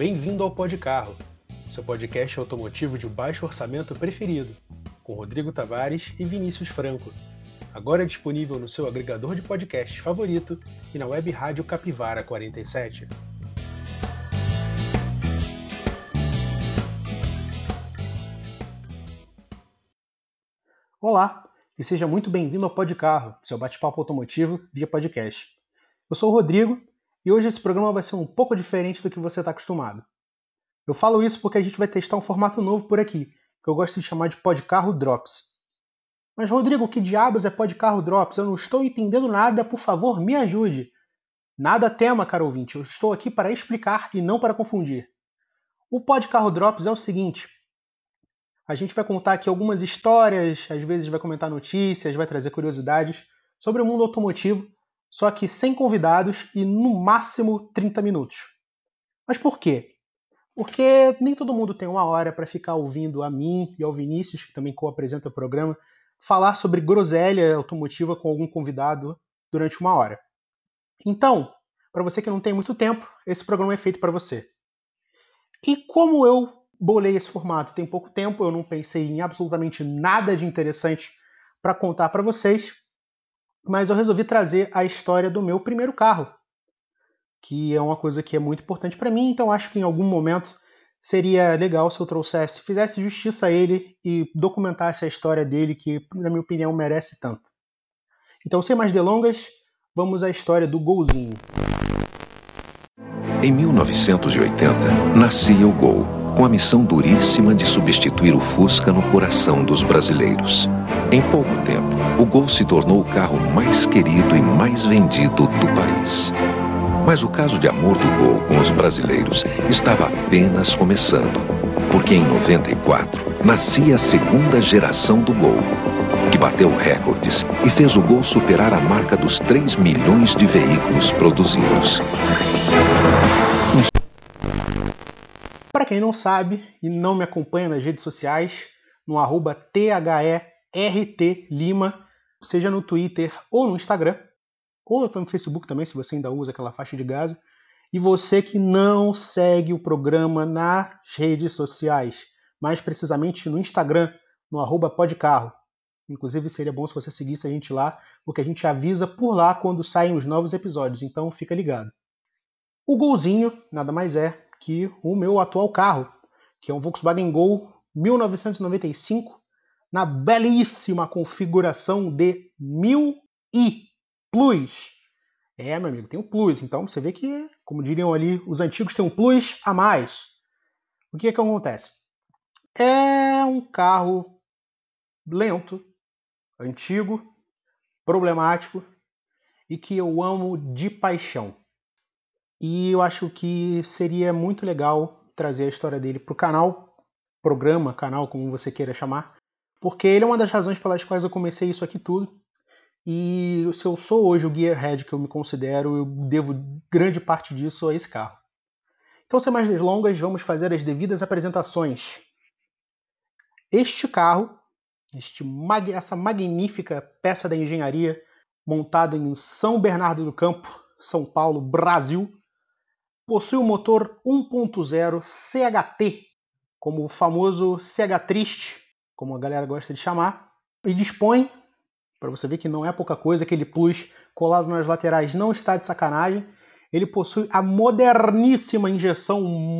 Bem-vindo ao Podcarro, seu podcast automotivo de baixo orçamento preferido, com Rodrigo Tavares e Vinícius Franco. Agora disponível no seu agregador de podcasts favorito e na web rádio Capivara 47. Olá, e seja muito bem-vindo ao Podcarro, seu bate-papo automotivo via podcast. Eu sou o Rodrigo e hoje esse programa vai ser um pouco diferente do que você está acostumado. Eu falo isso porque a gente vai testar um formato novo por aqui, que eu gosto de chamar de Podcarro Drops. Mas Rodrigo, que diabos é Podcarro Drops? Eu não estou entendendo nada, por favor, me ajude. Nada tema, caro ouvinte, eu estou aqui para explicar e não para confundir. O Podcarro Drops é o seguinte: a gente vai contar aqui algumas histórias, às vezes vai comentar notícias, vai trazer curiosidades sobre o mundo automotivo, só que sem convidados e no máximo 30 minutos. Mas por quê? Porque nem todo mundo tem uma hora para ficar ouvindo a mim e ao Vinícius, que também co-apresenta o programa, falar sobre groselha automotiva com algum convidado durante uma hora. Então, para você que não tem muito tempo, esse programa é feito para você. E como eu bolei esse formato tem pouco tempo, eu não pensei em absolutamente nada de interessante para contar para vocês, mas eu resolvi trazer a história do meu primeiro carro, que é uma coisa que é muito importante para mim, então acho que em algum momento seria legal se eu fizesse justiça a ele e documentasse a história dele, que, na minha opinião, merece tanto. Então, sem mais delongas, vamos à história do Golzinho. Em 1980, nascia o Gol, com a missão duríssima de substituir o Fusca no coração dos brasileiros. Em pouco tempo, o Gol se tornou o carro mais querido e mais vendido do país. Mas o caso de amor do Gol com os brasileiros estava apenas começando, porque em 94 nascia a segunda geração do Gol, que bateu recordes e fez o Gol superar a marca dos 3 milhões de veículos produzidos. Para quem não sabe e não me acompanha nas redes sociais, no @THERTLima, seja no Twitter ou no Instagram, ou no Facebook também, se você ainda usa aquela faixa de gás. E você que não segue o programa nas redes sociais, mais precisamente no Instagram, no @podcarro. Inclusive seria bom se você seguisse a gente lá, porque a gente avisa por lá quando saem os novos episódios, então fica ligado. O Golzinho nada mais é que o meu atual carro, que é um Volkswagen Gol 1995, na belíssima configuração de 1000i Plus. Meu amigo, tem um Plus, então você vê que, como diriam ali, os antigos têm um Plus a mais. O que acontece? É um carro lento, antigo, problemático e que eu amo de paixão. E eu acho que seria muito legal trazer a história dele para o canal, programa, canal, como você queira chamar, porque ele é uma das razões pelas quais eu comecei isso aqui tudo. E se eu sou hoje o gearhead que eu me considero, eu devo grande parte disso a esse carro. Então, sem mais delongas, vamos fazer as devidas apresentações. Este carro, essa magnífica peça da engenharia, montado em São Bernardo do Campo, São Paulo, Brasil, possui um motor 1.0 CHT, como o famoso CH Triste, como a galera gosta de chamar, e dispõe, para você ver que não é pouca coisa, aquele plus colado nas laterais não está de sacanagem, ele possui a moderníssima injeção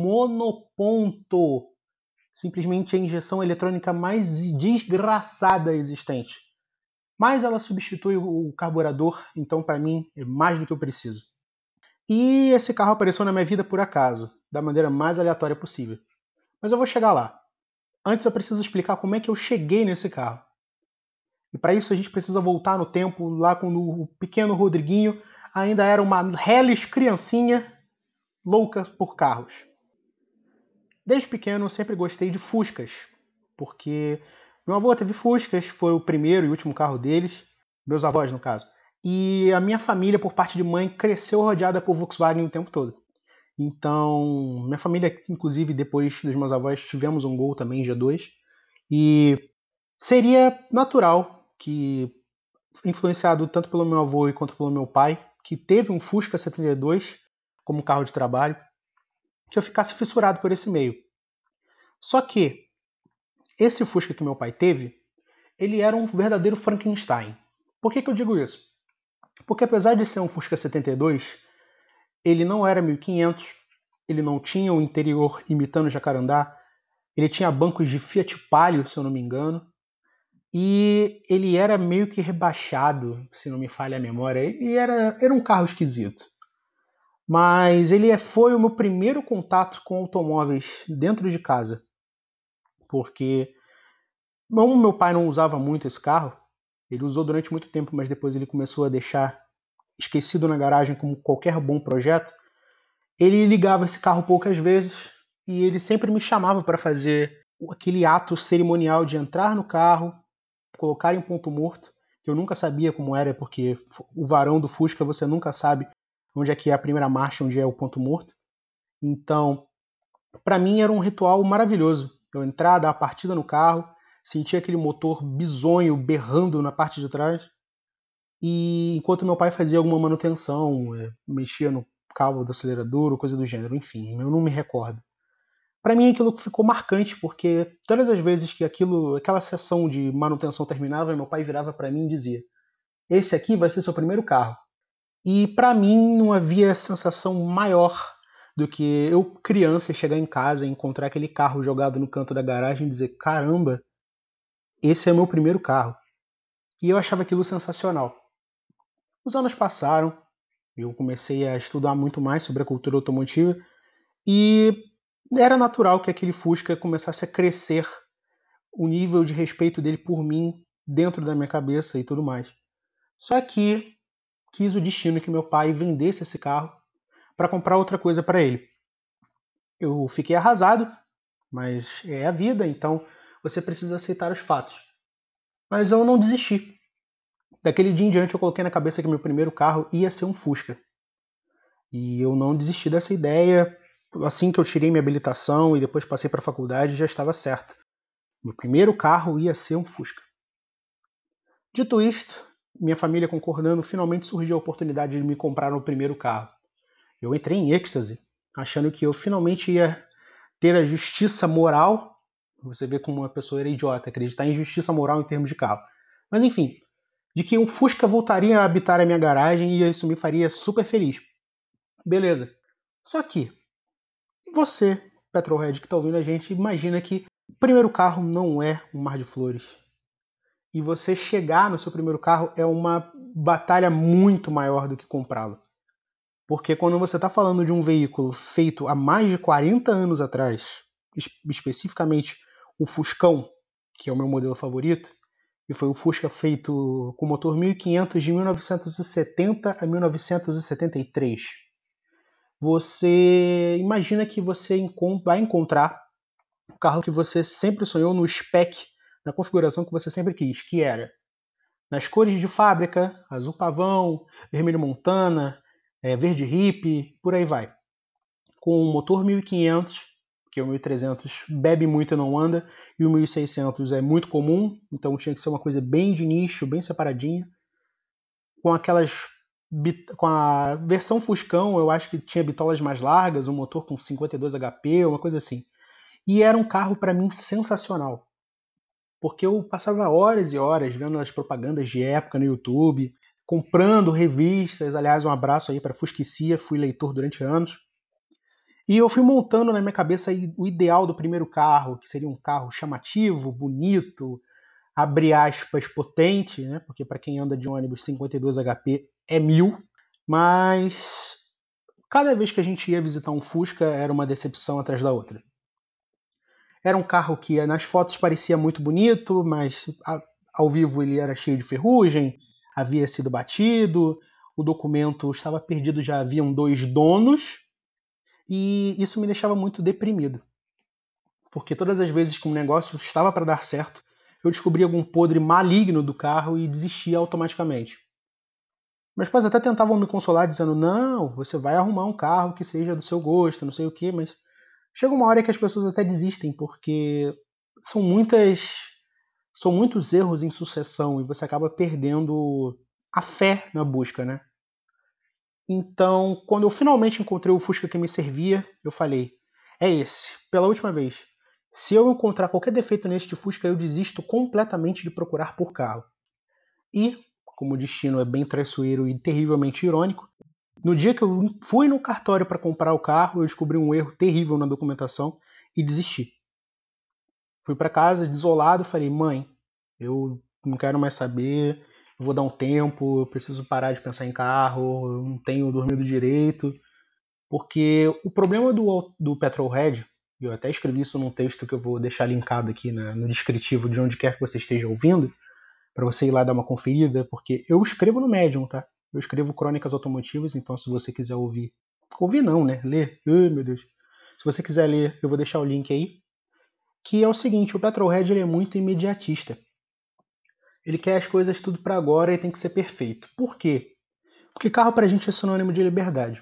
monoponto, simplesmente a injeção eletrônica mais desgraçada existente. Mas ela substitui o carburador, então para mim é mais do que eu preciso. E esse carro apareceu na minha vida por acaso, da maneira mais aleatória possível. Mas eu vou chegar lá. Antes eu preciso explicar como é que eu cheguei nesse carro. E para isso a gente precisa voltar no tempo, lá quando o pequeno Rodriguinho ainda era uma reles criancinha louca por carros. Desde pequeno eu sempre gostei de Fuscas, porque meu avô teve Fuscas, foi o primeiro e último carro deles, meus avós no caso. E a minha família, por parte de mãe, cresceu rodeada por Volkswagen o tempo todo. Então, minha família, inclusive, depois dos meus avós, tivemos um Gol também, G2. E seria natural que, influenciado tanto pelo meu avô quanto pelo meu pai, que teve um Fusca 72 como carro de trabalho, que eu ficasse fissurado por esse meio. Só que esse Fusca que meu pai teve, ele era um verdadeiro Frankenstein. Por que eu digo isso? Porque apesar de ser um Fusca 72, ele não era 1500, ele não tinha o interior imitando jacarandá, ele tinha bancos de Fiat Palio, se eu não me engano, e ele era meio que rebaixado, se não me falha a memória. Ele era um carro esquisito. Mas ele foi o meu primeiro contato com automóveis dentro de casa. Porque como meu pai não usava muito esse carro, ele usou durante muito tempo, mas depois ele começou a deixar esquecido na garagem como qualquer bom projeto, ele ligava esse carro poucas vezes e ele sempre me chamava para fazer aquele ato cerimonial de entrar no carro, colocar em ponto morto, que eu nunca sabia como era, porque o varão do Fusca você nunca sabe onde é que é a primeira marcha, onde é o ponto morto. Então, para mim era um ritual maravilhoso. Eu entrar, dar a partida no carro, sentir aquele motor bizonho berrando na parte de trás, e enquanto meu pai fazia alguma manutenção, mexia no cabo do acelerador ou coisa do gênero, enfim, eu não me recordo. Para mim aquilo ficou marcante, porque todas as vezes que aquela sessão de manutenção terminava, meu pai virava para mim e dizia: "Esse aqui vai ser seu primeiro carro". E para mim não havia sensação maior do que eu, criança, chegar em casa e encontrar aquele carro jogado no canto da garagem e dizer: "Caramba, esse é meu primeiro carro". E eu achava aquilo sensacional. Os anos passaram, eu comecei a estudar muito mais sobre a cultura automotiva e era natural que aquele Fusca começasse a crescer o nível de respeito dele por mim dentro da minha cabeça e tudo mais. Só que quis o destino que meu pai vendesse esse carro para comprar outra coisa para ele. Eu fiquei arrasado, mas é a vida, então você precisa aceitar os fatos. Mas eu não desisti. Daquele dia em diante eu coloquei na cabeça que meu primeiro carro ia ser um Fusca. E eu não desisti dessa ideia. Assim que eu tirei minha habilitação e depois passei para a faculdade, já estava certo. Meu primeiro carro ia ser um Fusca. Dito isto, minha família concordando, finalmente surgiu a oportunidade de me comprar o primeiro carro. Eu entrei em êxtase, achando que eu finalmente ia ter a justiça moral. Você vê como uma pessoa era idiota, acreditar em justiça moral em termos de carro. Mas enfim, de que um Fusca voltaria a habitar a minha garagem e isso me faria super feliz. Beleza. Só que você, Petrolhead, que está ouvindo a gente, imagina que o primeiro carro não é um mar de flores. E você chegar no seu primeiro carro é uma batalha muito maior do que comprá-lo. Porque quando você está falando de um veículo feito há mais de 40 anos atrás, especificamente o Fuscão, que é o meu modelo favorito, e foi o Fusca feito com motor 1500 de 1970 a 1973, você imagina que você vai encontrar o carro que você sempre sonhou no spec, na configuração que você sempre quis, que era nas cores de fábrica, azul pavão, vermelho montana, verde hippie, por aí vai. Com o motor 1500, que o 1300 bebe muito e não anda, e o 1600 é muito comum, então tinha que ser uma coisa bem de nicho, bem separadinha. Com a versão Fuscão, eu acho que tinha bitolas mais largas, um motor com 52 HP, uma coisa assim. E era um carro para mim sensacional. Porque eu passava horas e horas vendo as propagandas de época no YouTube, comprando revistas, aliás, um abraço aí para Fusquicia, fui leitor durante anos. E eu fui montando na minha cabeça o ideal do primeiro carro, que seria um carro chamativo, bonito, abre aspas, potente, né? Porque para quem anda de ônibus 52 HP é 1000, mas cada vez que a gente ia visitar um Fusca era uma decepção atrás da outra. Era um carro que nas fotos parecia muito bonito, mas ao vivo ele era cheio de ferrugem, havia sido batido, o documento estava perdido, já haviam 2 donos, e isso me deixava muito deprimido. Porque todas as vezes que um negócio estava para dar certo, eu descobria algum podre maligno do carro e desistia automaticamente. Meus pais até tentavam me consolar dizendo: não, você vai arrumar um carro que seja do seu gosto, não sei o quê, mas chega uma hora que as pessoas até desistem, porque são muitos erros em sucessão e você acaba perdendo a fé na busca, né? Então, quando eu finalmente encontrei o Fusca que me servia, eu falei: é esse. Pela última vez. Se eu encontrar qualquer defeito neste Fusca, eu desisto completamente de procurar por carro. E, como o destino é bem traiçoeiro e terrivelmente irônico, no dia que eu fui no cartório para comprar o carro, eu descobri um erro terrível na documentação e desisti. Fui para casa, desolado, falei, mãe, eu não quero mais saber, eu vou dar um tempo, eu preciso parar de pensar em carro, eu não tenho dormido direito. Porque o problema do Petrolhead, eu até escrevi isso num texto que eu vou deixar linkado aqui no descritivo de onde quer que você esteja ouvindo, para você ir lá dar uma conferida, porque eu escrevo no Medium, tá? Eu escrevo crônicas automotivas, então se você quiser ouvir... Ouvir não, né? Ler. Ai, meu Deus. Se você quiser ler, eu vou deixar o link aí. Que é o seguinte, o Petrolhead ele é muito imediatista. Ele quer as coisas tudo para agora e tem que ser perfeito. Por quê? Porque carro pra gente é sinônimo de liberdade.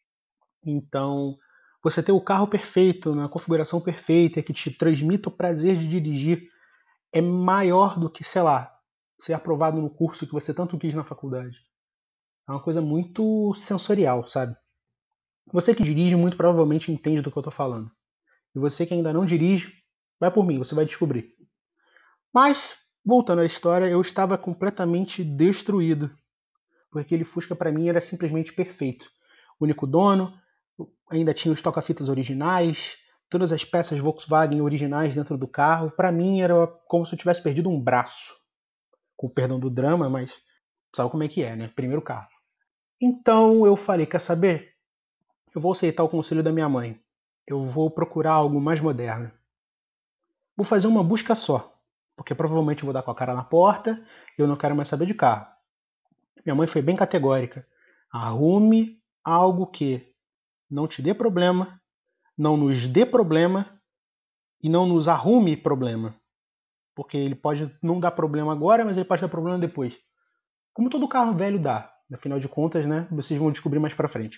Então, você ter o carro perfeito, na configuração perfeita, que te transmita o prazer de dirigir, é maior do que, sei lá, ser aprovado no curso que você tanto quis na faculdade. É uma coisa muito sensorial, sabe? Você que dirige muito provavelmente entende do que eu estou falando. E você que ainda não dirige, vai por mim, você vai descobrir. Mas, voltando à história, eu estava completamente destruído. Porque aquele Fusca para mim era simplesmente perfeito. Único dono, ainda tinha os toca-fitas originais, todas as peças Volkswagen originais dentro do carro. Para mim era como se eu tivesse perdido um braço. Com o perdão do drama, mas sabe como é que é, né? Primeiro carro. Então eu falei, quer saber? Eu vou aceitar o conselho da minha mãe. Eu vou procurar algo mais moderno. Vou fazer uma busca só, porque provavelmente eu vou dar com a cara na porta e eu não quero mais saber de carro. Minha mãe foi bem categórica. Arrume algo que não te dê problema, não nos dê problema e não nos arrume problema. Porque ele pode não dar problema agora, mas ele pode dar problema depois. Como todo carro velho dá. Afinal de contas, né? Vocês vão descobrir mais pra frente.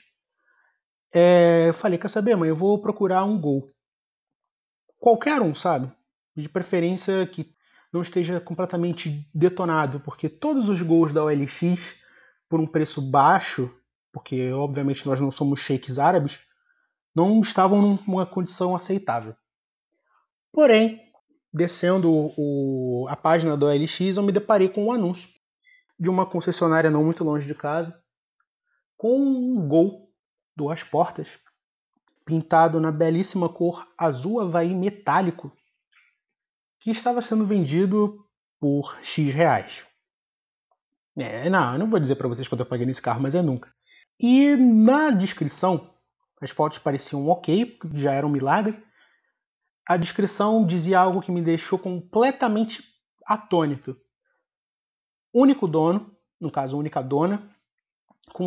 Eu falei, quer saber, mãe? Eu vou procurar um Gol. Qualquer um, sabe? De preferência que não esteja completamente detonado, porque todos os Gols da OLX, por um preço baixo, porque obviamente nós não somos sheiks árabes, não estavam numa condição aceitável. Porém, descendo a página do OLX, eu me deparei com um anúncio de uma concessionária não muito longe de casa, com um Gol, 2 portas, pintado na belíssima cor azul Havaí metálico, que estava sendo vendido por X reais. Não, eu não vou dizer para vocês quanto eu paguei nesse carro, mas é nunca. E na descrição, as fotos pareciam ok, já era um milagre. A descrição dizia algo que me deixou completamente atônito. Único dono, no caso única dona, com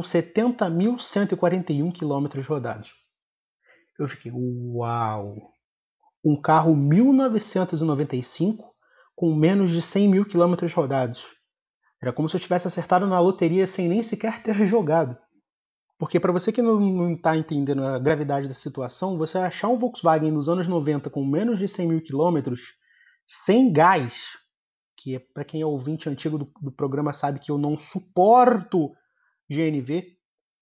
70.141 quilômetros rodados. Eu fiquei, uau! Um carro 1995 com menos de 100 mil quilômetros rodados. Era como se eu tivesse acertado na loteria sem nem sequer ter jogado. Porque para você que não está entendendo a gravidade da situação, você achar um Volkswagen nos anos 90 com menos de 100 mil quilômetros, sem gás, que é, para quem é ouvinte antigo do programa sabe que eu não suporto GNV,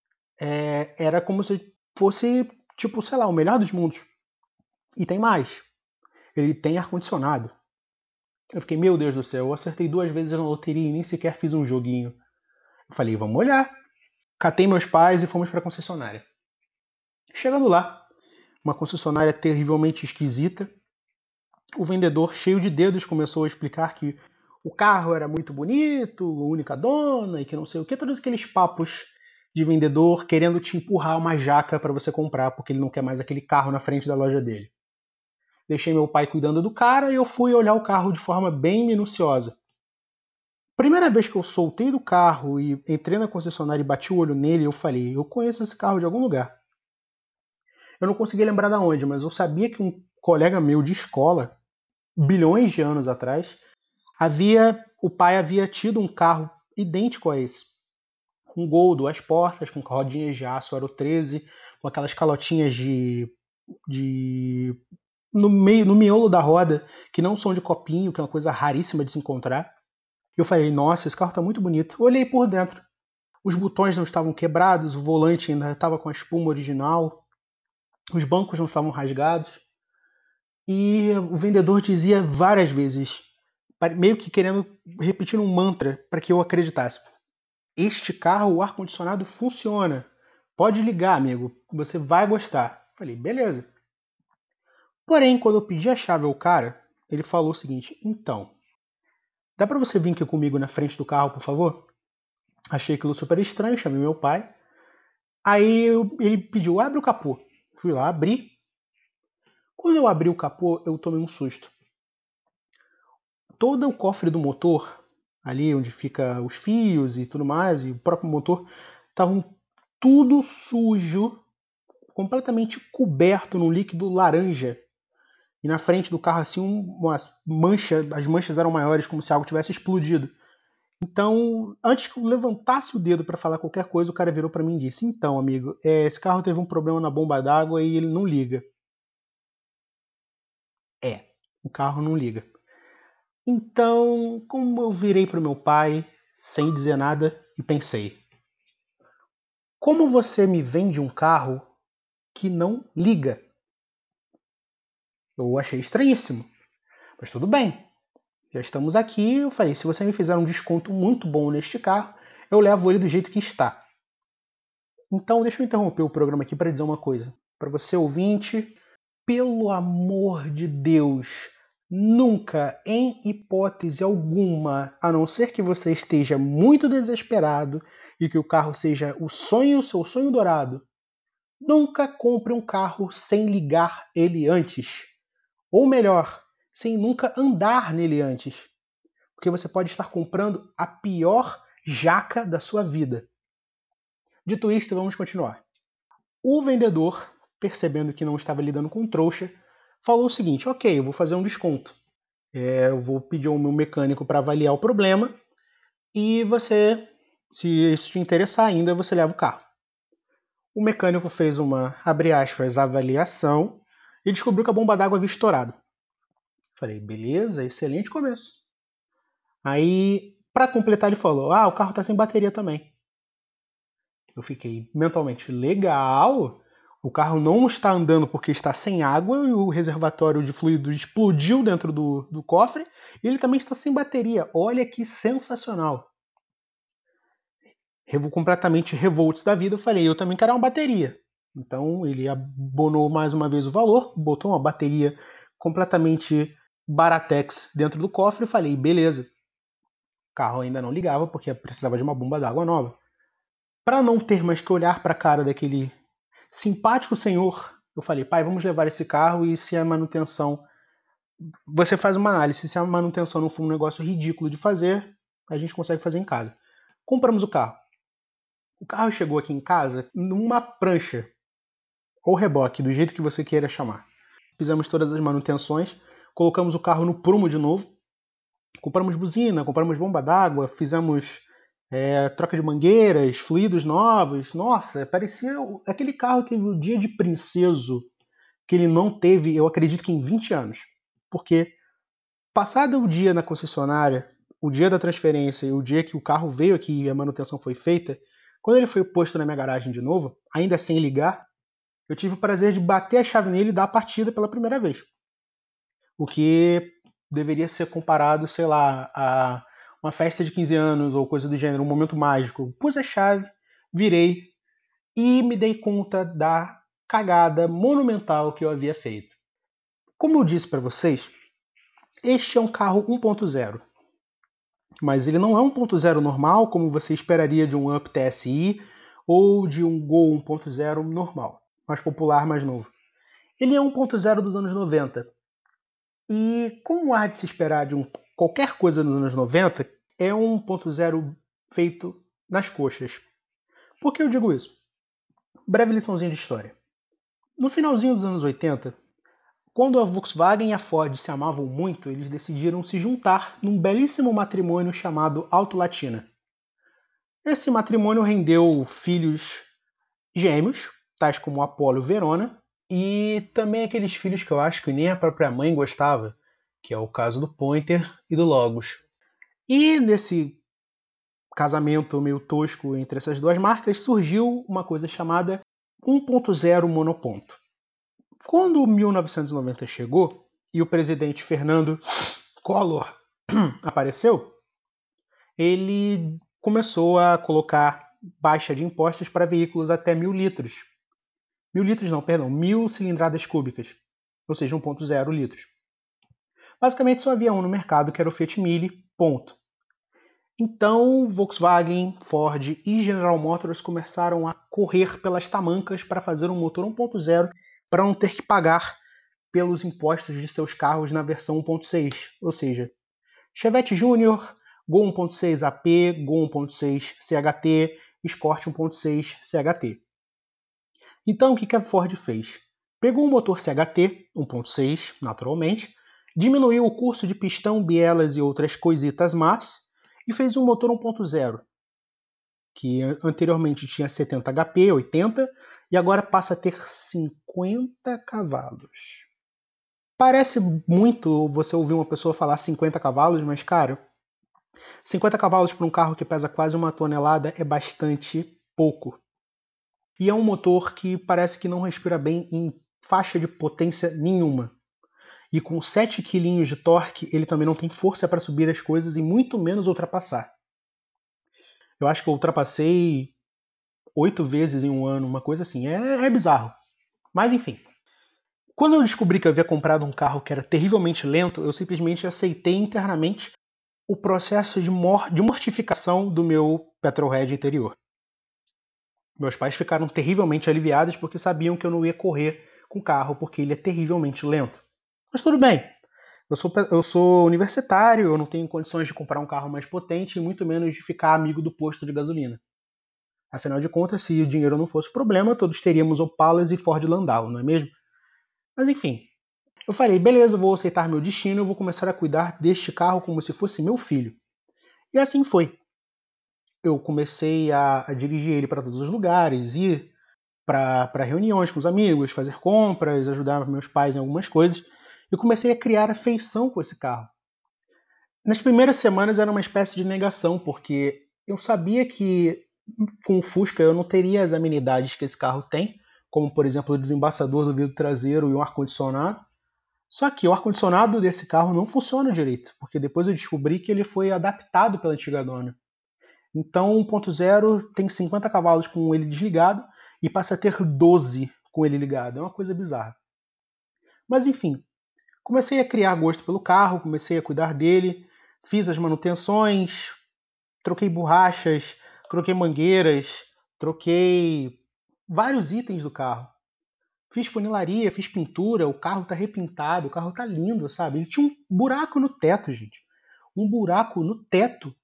era como se fosse, tipo, sei lá, o melhor dos mundos. E tem mais. Ele tem ar-condicionado. Eu fiquei, meu Deus do céu, eu acertei 2 vezes na loteria e nem sequer fiz um joguinho. Eu falei, vamos olhar. Catei meus pais e fomos para a concessionária. Chegando lá, uma concessionária terrivelmente esquisita, o vendedor, cheio de dedos, começou a explicar que o carro era muito bonito, única dona e que não sei o que, todos aqueles papos de vendedor querendo te empurrar uma jaca para você comprar, porque ele não quer mais aquele carro na frente da loja dele. Deixei meu pai cuidando do cara e eu fui olhar o carro de forma bem minuciosa. Primeira vez que eu soltei do carro e entrei na concessionária e bati o olho nele, eu falei, eu conheço esse carro de algum lugar. Eu não consegui lembrar de onde, mas eu sabia que um colega meu de escola, bilhões de anos atrás, o pai havia tido um carro idêntico a esse. Um Gol, 2 portas, com rodinhas de aço Aro 13, com aquelas calotinhas no miolo da roda, que não são de copinho, que é uma coisa raríssima de se encontrar. Eu falei, nossa, esse carro está muito bonito. Olhei por dentro. Os botões não estavam quebrados, o volante ainda estava com a espuma original. os bancos não estavam rasgados, e o vendedor dizia várias vezes, meio que querendo repetir um mantra para que eu acreditasse. Este carro, o ar-condicionado funciona. Pode ligar, amigo. Você vai gostar. Falei, beleza. Porém, quando eu pedi a chave ao cara, ele falou o seguinte, então, dá para você vir aqui comigo na frente do carro, por favor? Achei aquilo super estranho, chamei meu pai. Aí ele pediu, abre o capô. Fui lá, abri. Quando eu abri o capô, eu tomei um susto. Todo o cofre do motor, ali onde fica os fios e tudo mais, e o próprio motor, estavam tudo sujo, completamente coberto num líquido laranja. E na frente do carro, assim, as manchas eram maiores, como se algo tivesse explodido. Então, antes que eu levantasse o dedo para falar qualquer coisa, o cara virou para mim e disse, então, amigo, esse carro teve um problema na bomba d'água e ele não liga. O carro não liga. Então, como eu virei para o meu pai, sem dizer nada, e pensei, como você me vende um carro que não liga? Eu achei estranhíssimo, mas tudo bem. Já estamos aqui, eu falei, se você me fizer um desconto muito bom neste carro, eu levo ele do jeito que está. Então, deixa eu interromper o programa aqui para dizer uma coisa. Para você, ouvinte, pelo amor de Deus, nunca, em hipótese alguma, a não ser que você esteja muito desesperado e que o carro seja o seu sonho dourado, nunca compre um carro sem ligar ele antes. Ou melhor, sem nunca andar nele antes. Porque você pode estar comprando a pior jaca da sua vida. Dito isto, vamos continuar. O vendedor, percebendo que não estava lidando com trouxa, falou o seguinte, ok, eu vou fazer um desconto. Eu vou pedir ao meu mecânico para avaliar o problema e você, se isso te interessar ainda, você leva o carro. O mecânico fez uma, abre aspas, avaliação e descobriu que a bomba d'água havia estourado. Falei, beleza, excelente começo. Aí, para completar, ele falou, o carro está sem bateria também. Eu fiquei mentalmente, legal, o carro não está andando porque está sem água e o reservatório de fluido explodiu dentro do cofre e ele também está sem bateria. Olha que sensacional. Completamente revoltos da vida, eu falei, eu também quero uma bateria. Então ele abonou mais uma vez o valor, botou uma bateria completamente baratex dentro do cofre e falei, beleza. O carro ainda não ligava porque precisava de uma bomba d'água nova. Para não ter mais que olhar para a cara daquele simpático senhor, eu falei, pai, vamos levar esse carro e se a manutenção... Você faz uma análise, se a manutenção não for um negócio ridículo de fazer, a gente consegue fazer em casa. Compramos o carro. O carro chegou aqui em casa numa prancha, ou reboque, do jeito que você queira chamar. Fizemos todas as manutenções, colocamos o carro no prumo de novo, compramos buzina, compramos bomba d'água, fizemos troca de mangueiras, fluidos novos. Nossa, parecia... Aquele carro teve o dia de princeso que ele não teve, eu acredito que em 20 anos. Porque passado o dia na concessionária, o dia da transferência e o dia que o carro veio aqui e a manutenção foi feita, quando ele foi posto na minha garagem de novo, ainda sem ligar, eu tive o prazer de bater a chave nele e dar a partida pela primeira vez. O que deveria ser comparado, sei lá, a uma festa de 15 anos ou coisa do gênero, um momento mágico. Pus a chave, virei e me dei conta da cagada monumental que eu havia feito. Como eu disse para vocês, este é um carro 1.0. Mas ele não é 1.0 normal, como você esperaria de um Up TSI ou de um Gol 1.0 normal, mais popular, mais novo. Ele é 1.0 dos anos 90. E como há de se esperar de qualquer coisa nos anos 90, é um 1.0 feito nas coxas. Por que eu digo isso? Breve liçãozinha de história. No finalzinho dos anos 80, quando a Volkswagen e a Ford se amavam muito, eles decidiram se juntar num belíssimo matrimônio chamado Auto Latina. Esse matrimônio rendeu filhos gêmeos, tais como Apollo e Verona, e também aqueles filhos que eu acho que nem a própria mãe gostava, que é o caso do Pointer e do Logos. E nesse casamento meio tosco entre essas duas marcas, surgiu uma coisa chamada 1.0 monoponto. Quando 1990 chegou e o presidente Fernando Collor apareceu, ele começou a colocar baixa de impostos para veículos até 1.000 litros. 1.000 litros não, perdão, 1.000 cilindradas cúbicas, ou seja, 1.0 litros. Basicamente só havia um no mercado, que era o Fiat Mille, ponto. Então, Volkswagen, Ford e General Motors começaram a correr pelas tamancas para fazer um motor 1.0 para não ter que pagar pelos impostos de seus carros na versão 1.6, ou seja, Chevette Júnior, Gol 1.6 AP, Gol 1.6 CHT, Escort 1.6 CHT. Então, o que a Ford fez? Pegou o motor CHT 1.6, naturalmente, diminuiu o curso de pistão, bielas e outras coisitas más, e fez um motor 1.0, que anteriormente tinha 70 HP, 80, e agora passa a ter 50 cavalos. Parece muito você ouvir uma pessoa falar 50 cavalos, mas, cara, 50 cavalos para um carro que pesa quase 1 tonelada é bastante pouco. E é um motor que parece que não respira bem em faixa de potência nenhuma. E com 7 kg de torque, ele também não tem força para subir as coisas e muito menos ultrapassar. Eu acho que eu ultrapassei 8 vezes em um ano, uma coisa assim. É bizarro. Mas enfim. Quando eu descobri que eu havia comprado um carro que era terrivelmente lento, eu simplesmente aceitei internamente o processo de mortificação do meu petrolhead interior. Meus pais ficaram terrivelmente aliviados porque sabiam que eu não ia correr com o carro porque ele é terrivelmente lento. Mas tudo bem. Eu sou universitário, eu não tenho condições de comprar um carro mais potente e muito menos de ficar amigo do posto de gasolina. Afinal de contas, se o dinheiro não fosse o problema, todos teríamos Opalas e Ford Landau, não é mesmo? Mas enfim, eu falei, beleza, eu vou aceitar meu destino, eu vou começar a cuidar deste carro como se fosse meu filho. E assim foi. Eu comecei a dirigir ele para todos os lugares, ir para reuniões com os amigos, fazer compras, ajudar meus pais em algumas coisas. Eu comecei a criar afeição com esse carro. Nas primeiras semanas era uma espécie de negação, porque eu sabia que com o Fusca eu não teria as amenidades que esse carro tem, como por exemplo o desembaçador do vidro traseiro e um ar-condicionado. Só que o ar-condicionado desse carro não funciona direito, porque depois eu descobri que ele foi adaptado pela antiga dona. Então 1.0 tem 50 cavalos com ele desligado e passa a ter 12 com ele ligado. É uma coisa bizarra. Mas enfim, comecei a criar gosto pelo carro, comecei a cuidar dele, fiz as manutenções, troquei borrachas, troquei mangueiras, troquei vários itens do carro. Fiz funilaria, fiz pintura, o carro tá repintado, o carro tá lindo, sabe? Ele tinha um buraco no teto, gente. Um buraco no teto.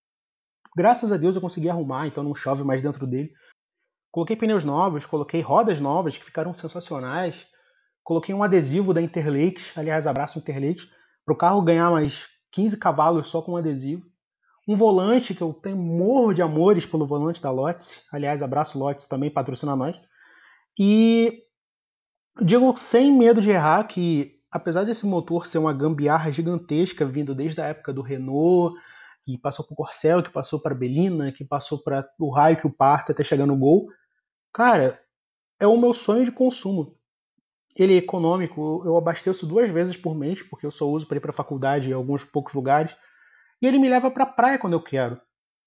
Graças a Deus eu consegui arrumar, então não chove mais dentro dele. Coloquei pneus novos, coloquei rodas novas que ficaram sensacionais. Coloquei um adesivo da Interlakes, aliás, abraço Interlakes, para o carro ganhar mais 15 cavalos só com um adesivo. Um volante, que eu tenho morro de amores pelo volante da Lotus. Aliás, abraço Lotus, também patrocina nós. E digo sem medo de errar que, apesar desse motor ser uma gambiarra gigantesca, vindo desde a época do Renault, que passou por Corcel, que passou para Belina, que passou para o raio que o parta até chegar no Gol, cara, é o meu sonho de consumo. Ele é econômico, eu abasteço 2 vezes por mês, porque eu só uso para ir para a faculdade em alguns poucos lugares, e ele me leva para a praia quando eu quero.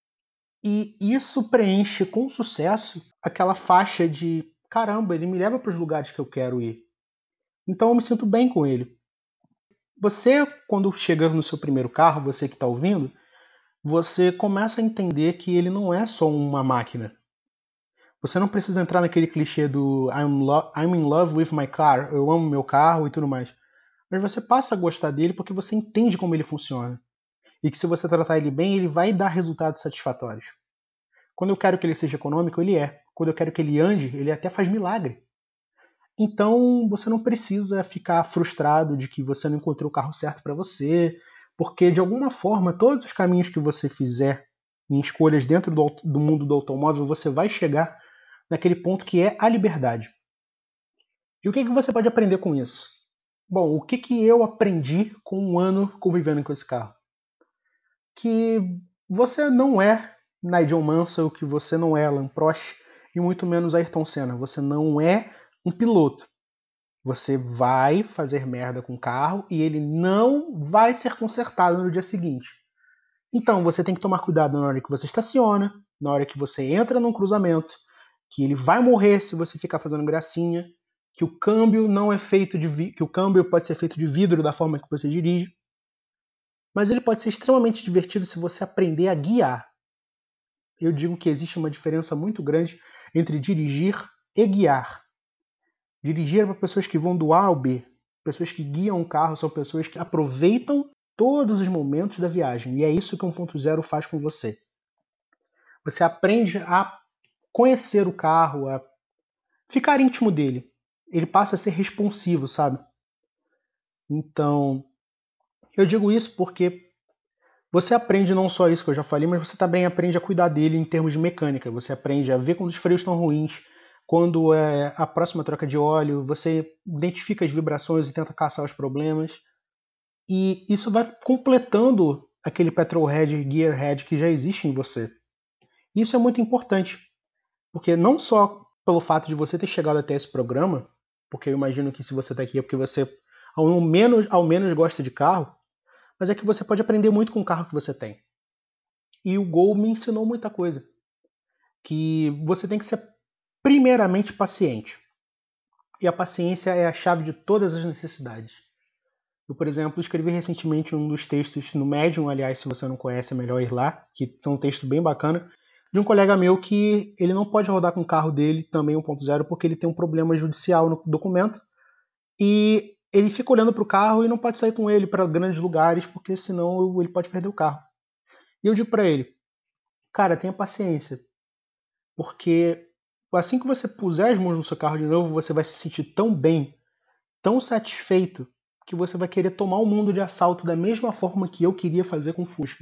E isso preenche com sucesso aquela faixa de caramba, ele me leva para os lugares que eu quero ir. Então eu me sinto bem com ele. Você, quando chega no seu primeiro carro, você que está ouvindo, você começa a entender que ele não é só uma máquina. Você não precisa entrar naquele clichê do I'm in love with my car, eu amo meu carro e tudo mais. Mas você passa a gostar dele porque você entende como ele funciona. E que se você tratar ele bem, ele vai dar resultados satisfatórios. Quando eu quero que ele seja econômico, ele é. Quando eu quero que ele ande, ele até faz milagre. Então você não precisa ficar frustrado de que você não encontrou o carro certo para você, porque de alguma forma todos os caminhos que você fizer em escolhas dentro do mundo do automóvel, você vai chegar naquele ponto que é a liberdade. E o que você pode aprender com isso? Bom, o que eu aprendi com um ano convivendo com esse carro? Que você não é Nigel Mansell, que você não é Alan Prost, e muito menos Ayrton Senna. Você não é um piloto. Você vai fazer merda com o carro e ele não vai ser consertado no dia seguinte. Então você tem que tomar cuidado na hora que você estaciona, na hora que você entra num cruzamento, que ele vai morrer se você ficar fazendo gracinha, que o câmbio não é feito que o câmbio pode ser feito de vidro da forma que você dirige, mas ele pode ser extremamente divertido se você aprender a guiar. Eu digo que existe uma diferença muito grande entre dirigir e guiar. Dirigir é para pessoas que vão do A ao B. Pessoas que guiam o carro são pessoas que aproveitam todos os momentos da viagem. E é isso que o 1.0 faz com você. Você aprende a conhecer o carro, a ficar íntimo dele. Ele passa a ser responsivo, sabe? Então, eu digo isso porque você aprende não só isso que eu já falei, mas você também aprende a cuidar dele em termos de mecânica. Você aprende a ver quando os freios estão ruins, quando é a próxima troca de óleo, você identifica as vibrações e tenta caçar os problemas. E isso vai completando aquele petrolhead, gearhead que já existe em você. Isso é muito importante, porque não só pelo fato de você ter chegado até esse programa, porque eu imagino que se você está aqui é porque você ao menos gosta de carro, mas é que você pode aprender muito com o carro que você tem. E o Gol me ensinou muita coisa. Que você tem que ser primeiramente paciente. E a paciência é a chave de todas as necessidades. Eu, por exemplo, escrevi recentemente um dos textos no Medium, aliás, se você não conhece é melhor ir lá, que é um texto bem bacana, de um colega meu que ele não pode rodar com o carro dele, também 1.0, porque ele tem um problema judicial no documento, e ele fica olhando para o carro e não pode sair com ele para grandes lugares, porque senão ele pode perder o carro. E eu digo para ele, cara, tenha paciência, porque assim que você puser as mãos no seu carro de novo, você vai se sentir tão bem, tão satisfeito, que você vai querer tomar o mundo de assalto da mesma forma que eu queria fazer com o Fusca.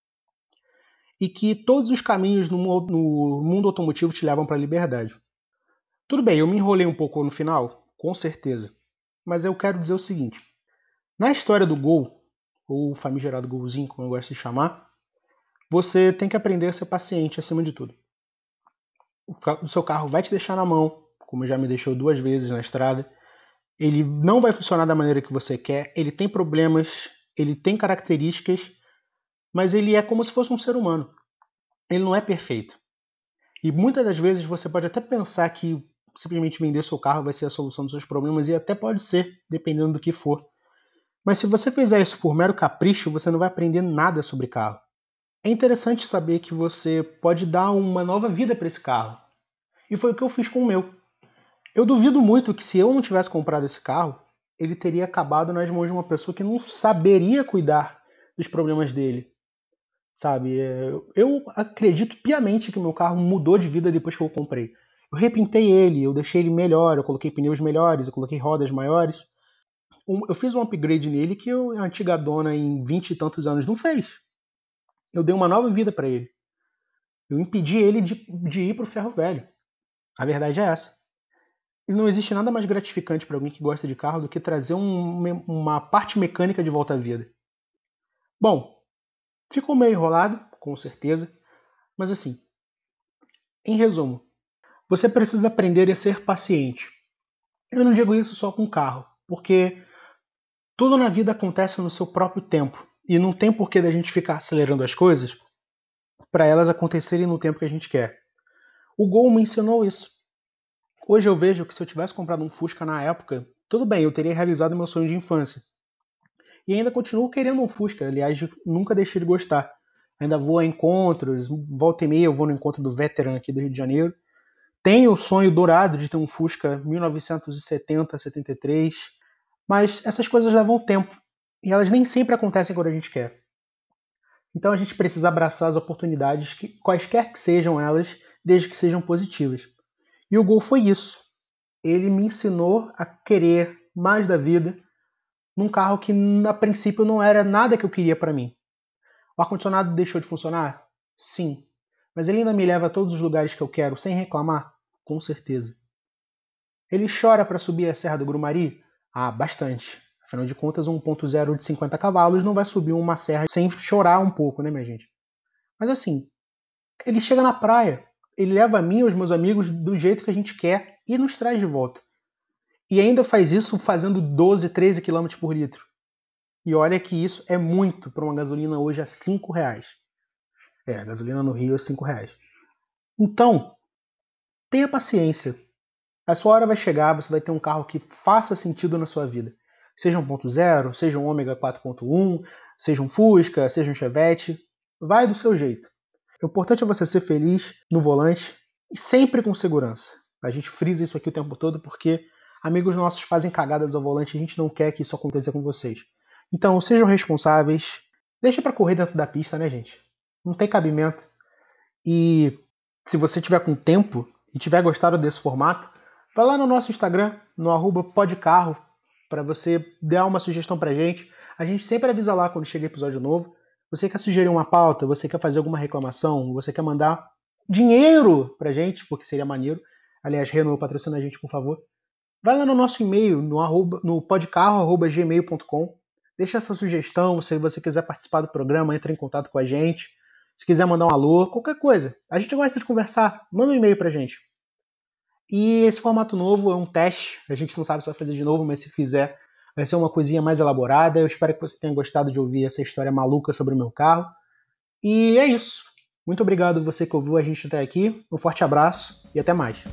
E que todos os caminhos no mundo automotivo te levam para a liberdade. Tudo bem, eu me enrolei um pouco no final, com certeza. Mas eu quero dizer o seguinte. Na história do Gol, ou o famigerado Golzinho, como eu gosto de chamar, você tem que aprender a ser paciente acima de tudo. O seu carro vai te deixar na mão, como já me deixou 2 vezes na estrada. Ele não vai funcionar da maneira que você quer, ele tem problemas, ele tem características, mas ele é como se fosse um ser humano. Ele não é perfeito. E muitas das vezes você pode até pensar que simplesmente vender seu carro vai ser a solução dos seus problemas, e até pode ser, dependendo do que for. Mas se você fizer isso por mero capricho, você não vai aprender nada sobre carro. É interessante saber que você pode dar uma nova vida para esse carro. E foi o que eu fiz com o meu. Eu duvido muito que se eu não tivesse comprado esse carro, ele teria acabado nas mãos de uma pessoa que não saberia cuidar dos problemas dele. Sabe? Eu acredito piamente que o meu carro mudou de vida depois que eu comprei. Eu repintei ele, eu deixei ele melhor, eu coloquei pneus melhores, eu coloquei rodas maiores. Eu fiz um upgrade nele que a antiga dona em 20 e tantos anos não fez. Eu dei uma nova vida para ele. Eu impedi ele de ir para o ferro velho. A verdade é essa. E não existe nada mais gratificante para alguém que gosta de carro do que trazer uma parte mecânica de volta à vida. Bom, ficou meio enrolado, com certeza, mas assim, em resumo, você precisa aprender a ser paciente. Eu não digo isso só com carro, porque tudo na vida acontece no seu próprio tempo, e não tem porquê da gente ficar acelerando as coisas para elas acontecerem no tempo que a gente quer. O Gol me ensinou isso. Hoje eu vejo que se eu tivesse comprado um Fusca na época, tudo bem, eu teria realizado meu sonho de infância. E ainda continuo querendo um Fusca, aliás, nunca deixei de gostar. Ainda vou a encontros, volta e meia eu vou no encontro do Veteran aqui do Rio de Janeiro. Tenho o sonho dourado de ter um Fusca 1970, 73, mas essas coisas levam tempo. E elas nem sempre acontecem quando a gente quer. Então a gente precisa abraçar as oportunidades, quaisquer que sejam elas, desde que sejam positivas. E o Gol foi isso. Ele me ensinou a querer mais da vida num carro que, a princípio, não era nada que eu queria para mim. O ar-condicionado deixou de funcionar? Sim. Mas ele ainda me leva a todos os lugares que eu quero, sem reclamar? Com certeza. Ele chora para subir a Serra do Grumari? Ah, bastante. Afinal de contas, um 1.0 de 50 cavalos não vai subir uma serra sem chorar um pouco, né, minha gente? Mas assim, ele chega na praia, ele leva a mim e os meus amigos do jeito que a gente quer e nos traz de volta. E ainda faz isso fazendo 12, 13 km por litro. E olha que isso é muito para uma gasolina hoje a R$5. A gasolina no Rio é R$5. Então, tenha paciência. A sua hora vai chegar, você vai ter um carro que faça sentido na sua vida. Seja um 1.0, seja um Ômega 4.1, seja um Fusca, seja um Chevette. Vai do seu jeito. O importante é você ser feliz no volante e sempre com segurança. A gente frisa isso aqui o tempo todo porque amigos nossos fazem cagadas ao volante e a gente não quer que isso aconteça com vocês. Então, sejam responsáveis. Deixa pra correr dentro da pista, né, gente? Não tem cabimento. E se você tiver com tempo e tiver gostado desse formato, vai lá no nosso Instagram, no @podcarro, para você dar uma sugestão pra gente. A gente sempre avisa lá quando chega episódio novo. Você quer sugerir uma pauta, você quer fazer alguma reclamação, você quer mandar dinheiro pra gente, porque seria maneiro. Aliás, Renault, patrocina a gente, por favor. Vai lá no nosso e-mail, no podcarro@gmail.com. Deixa essa sugestão, se você quiser participar do programa, entre em contato com a gente. Se quiser mandar um alô, qualquer coisa. A gente gosta de conversar, manda um e-mail pra gente. E esse formato novo é um teste, a gente não sabe se vai fazer de novo, mas se fizer, vai ser uma coisinha mais elaborada. Eu espero que você tenha gostado de ouvir essa história maluca sobre o meu carro. E é isso. Muito obrigado você que ouviu a gente até aqui. Um forte abraço e até mais.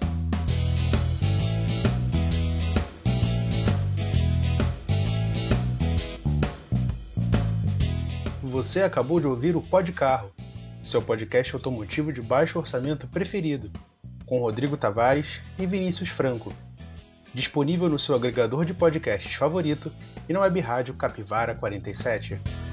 Você acabou de ouvir o Podcarro, seu podcast automotivo de baixo orçamento preferido, com Rodrigo Tavares e Vinícius Franco. Disponível no seu agregador de podcasts favorito e na web rádio Capivara 47.